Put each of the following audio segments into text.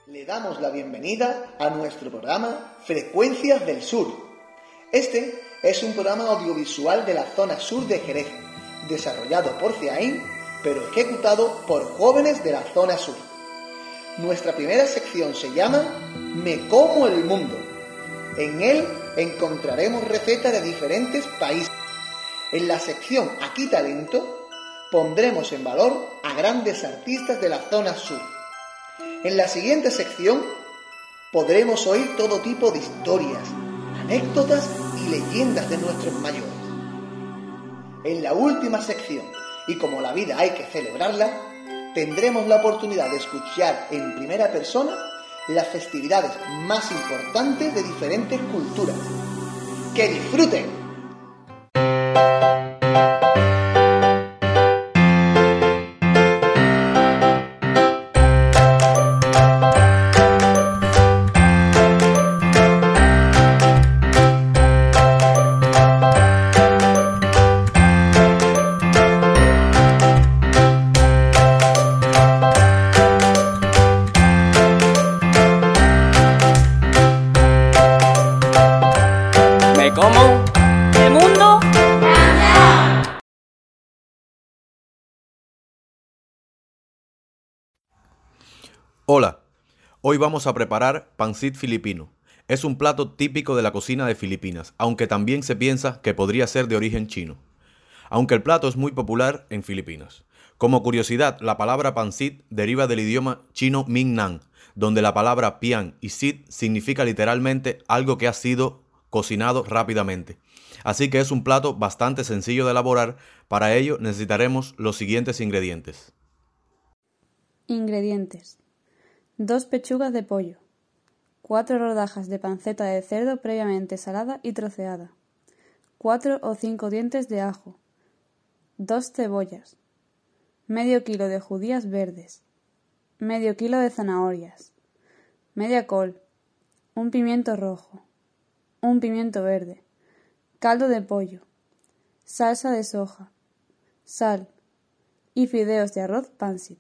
Le damos la bienvenida a nuestro programa Frecuencias del Sur. Este es un programa audiovisual de la zona sur de Jerez, desarrollado por CEAIN, pero ejecutado por jóvenes de la zona sur. Nuestra primera sección se llama Me como el mundo. En él encontraremos recetas de diferentes países. En la sección Aquí Talento pondremos en valor a grandes artistas de la zona sur. En la siguiente sección podremos oír todo tipo de historias, anécdotas y leyendas de nuestros mayores. En la última sección, y como la vida hay que celebrarla, tendremos la oportunidad de escuchar en primera persona las festividades más importantes de diferentes culturas. ¡Que disfruten! Hola, hoy vamos a preparar pancit filipino. Es un plato típico de la cocina de Filipinas, aunque también se piensa que podría ser de origen chino. Aunque el plato es muy popular en Filipinas. Como curiosidad, la palabra pancit deriva del idioma chino Minnan, donde la palabra pian y sit significa literalmente algo que ha sido cocinado rápidamente. Así que es un plato bastante sencillo de elaborar. Para ello necesitaremos los siguientes ingredientes. Ingredientes: 2 pechugas de pollo, 4 rodajas de panceta de cerdo previamente salada y troceada, 4 o 5 dientes de ajo, 2 cebollas, medio kilo de judías verdes, medio kilo de zanahorias, media col, un pimiento rojo, un pimiento verde, caldo de pollo, salsa de soja, sal y fideos de arroz pancit.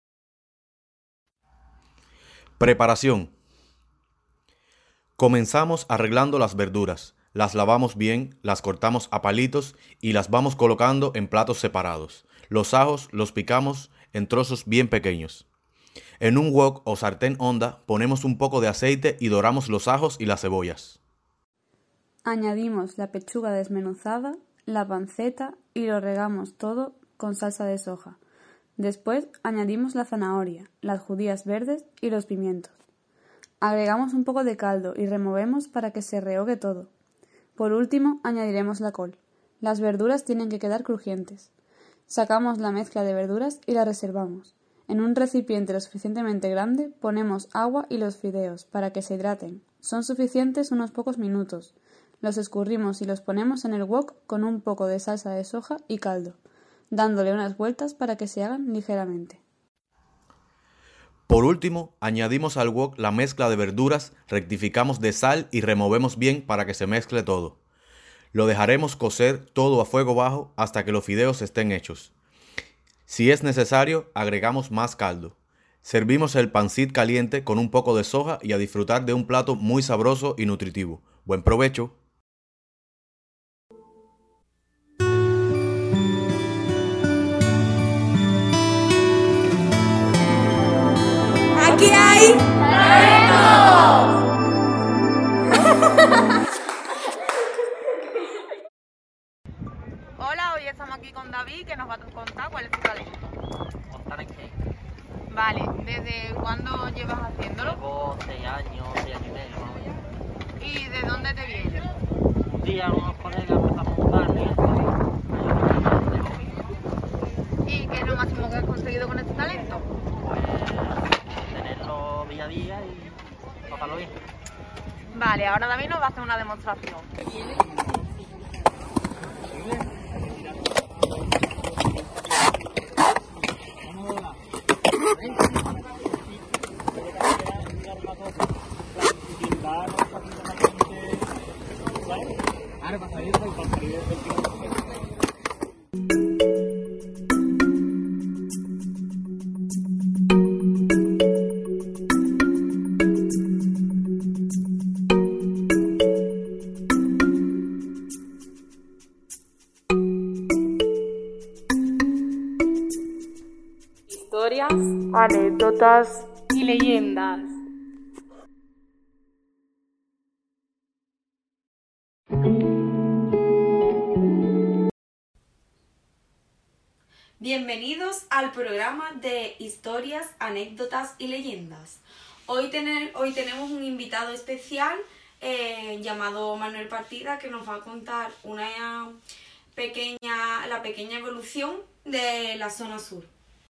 Preparación. Comenzamos arreglando las verduras. Las lavamos bien, las cortamos a palitos y las vamos colocando en platos separados. Los ajos los picamos en trozos bien pequeños. En un wok o sartén honda ponemos un poco de aceite y doramos los ajos y las cebollas. Añadimos la pechuga desmenuzada, la panceta y lo regamos todo con salsa de soja. Después añadimos la zanahoria, las judías verdes y los pimientos. Agregamos un poco de caldo y removemos para que se rehogue todo. Por último añadiremos la col. Las verduras tienen que quedar crujientes. Sacamos la mezcla de verduras y la reservamos. En un recipiente lo suficientemente grande ponemos agua y los fideos para que se hidraten. Son suficientes unos pocos minutos. Los escurrimos y los ponemos en el wok con un poco de salsa de soja y caldo, dándole unas vueltas para que se hagan ligeramente. Por último, añadimos al wok la mezcla de verduras, rectificamos de sal y removemos bien para que se mezcle todo. Lo dejaremos cocer todo a fuego bajo hasta que los fideos estén hechos. Si es necesario, agregamos más caldo. Servimos el pancit caliente con un poco de soja y a disfrutar de un plato muy sabroso y nutritivo. ¡Buen provecho! ¡Aquí hay talento! Hola, hoy estamos aquí con David, que nos va a contar cuál es su talento. ¿Contar en qué? Vale, ¿desde cuándo llevas haciéndolo? Llevo 6 años y medio más o menos. ¿Y de dónde te viene? Un día unos colegas empezamos a jugar ¿Y qué es lo máximo que has conseguido con este talento? pues tenerlo día a día y pasarlo bien. Vale, ahora David nos va a hacer una demostración. Anécdotas y leyendas. Bienvenidos al programa de historias, anécdotas y leyendas. Hoy tenemos un invitado especial llamado Manuel Partida, que nos va a contar la pequeña evolución de la zona sur.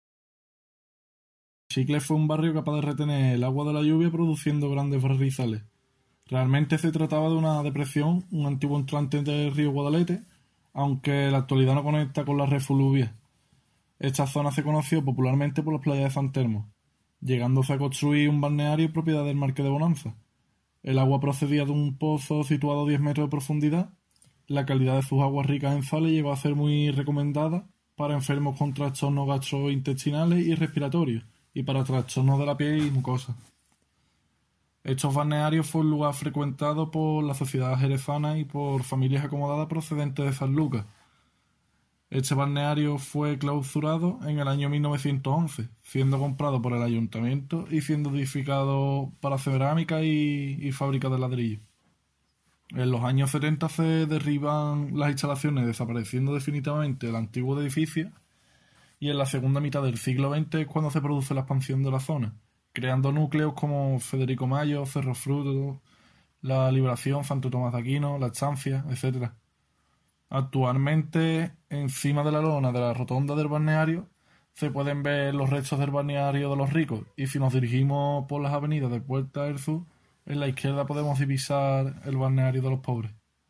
Chicles fue un barrio capaz de retener el agua de la lluvia produciendo grandes barrizales. Realmente se trataba de una depresión, un antiguo entrante del río Guadalete, aunque en la actualidad no conecta con la red fluvia. Esta zona se conoció popularmente por las playas de San Telmo, llegándose a construir un balneario propiedad del Marqués de Bonanza. El agua procedía de un pozo situado a 10 metros de profundidad. La calidad de sus aguas ricas en sales llegó a ser muy recomendada para enfermos con trastornos gastrointestinales y respiratorios, y para trastornos de la piel y mucosa. Estos balnearios fue un lugar frecuentado por la sociedad jerezana y por familias acomodadas procedentes de San Lucas. Este balneario fue clausurado en el año 1911, siendo comprado por el ayuntamiento y siendo edificado para cerámica y fábrica de ladrillo. En los años 70 se derriban las instalaciones, desapareciendo definitivamente el antiguo edificio, y en la segunda mitad del siglo XX es cuando se produce la expansión de la zona, creando núcleos como Federico Mayo, Cerro Fruto, La Liberación, Santo Tomás de Aquino, La Estancia, etc. Actualmente, encima de la lona de la rotonda del balneario, se pueden ver los restos del balneario de los ricos, y si nos dirigimos por las avenidas de Puerta del Sur, en la izquierda podemos divisar el balneario de los pobres.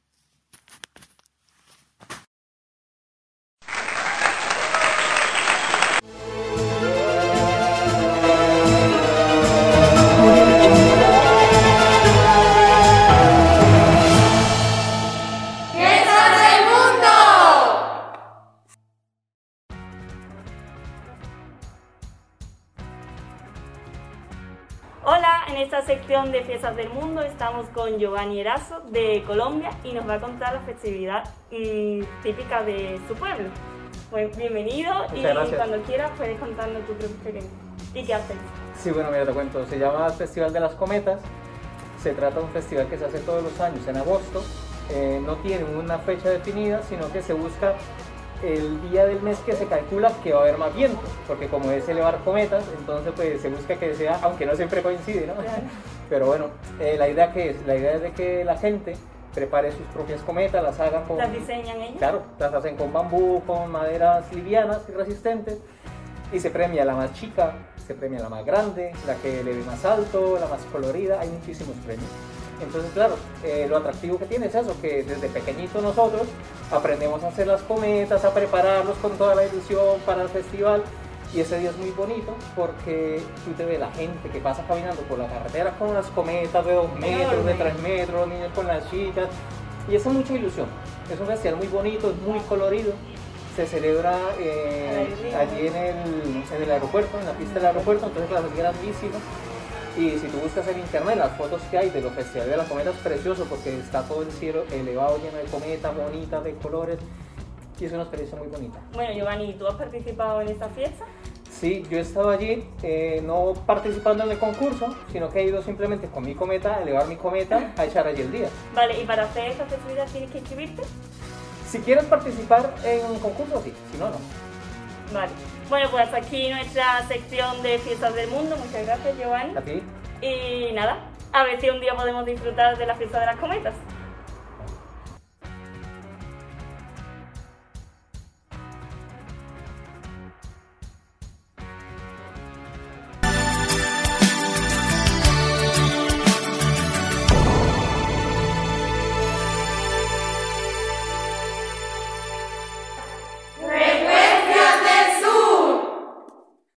Hola, en esta sección de Fiestas del Mundo estamos con Giovanni Eraso de Colombia y nos va a contar la festividad típica de su pueblo. Pues bienvenido. Muchas y gracias. Cuando quieras puedes contarnos tu experiencia. ¿Y qué haces? Sí, bueno, mira, te cuento. Se llama Festival de las Cometas. Se trata de un festival que se hace todos los años en agosto. No tiene una fecha definida, sino que se busca el día del mes que se calcula que va a haber más viento, porque como es elevar cometas, entonces pues se busca que sea, aunque no siempre coincide, ¿no? Claro. Pero bueno, la idea es de que la gente prepare sus propias cometas, las hagan con... ¿Las diseñan ellos? Claro, las hacen con bambú, con maderas livianas y resistentes, y se premia la más chica, se premia la más grande, la que le ve más alto, la más colorida, hay muchísimos premios. Entonces, claro, lo atractivo que tiene es eso, que desde pequeñitos nosotros aprendemos a hacer las cometas, a prepararlos con toda la ilusión para el festival, y ese día es muy bonito porque tú te ves la gente que pasa caminando por la carretera con las cometas de 2 metros, de 3 metros, los niños con las chicas, y eso es mucha ilusión. Es un festival muy bonito, es muy colorido, se celebra allí en el aeropuerto, en la pista del aeropuerto, entonces claro, es grandísimo. Y si tú buscas en internet las fotos que hay de los festivales de la cometa es precioso porque está todo el cielo elevado lleno de cometas bonitas, de colores, y es una experiencia muy bonita. Bueno, Giovanni, ¿tú has participado en esta fiesta? Sí, yo he estado allí, no participando en el concurso, sino que he ido simplemente con mi cometa, a elevar mi cometa, a echar allí el día. Vale, ¿y para hacer esta festividad tienes que inscribirte? Si quieres participar en un concurso, sí, si no, no. Vale. Bueno, pues hasta aquí nuestra sección de Fiestas del Mundo. Muchas gracias, Giovanni. A ti. Y nada, a ver si un día podemos disfrutar de la fiesta de las cometas.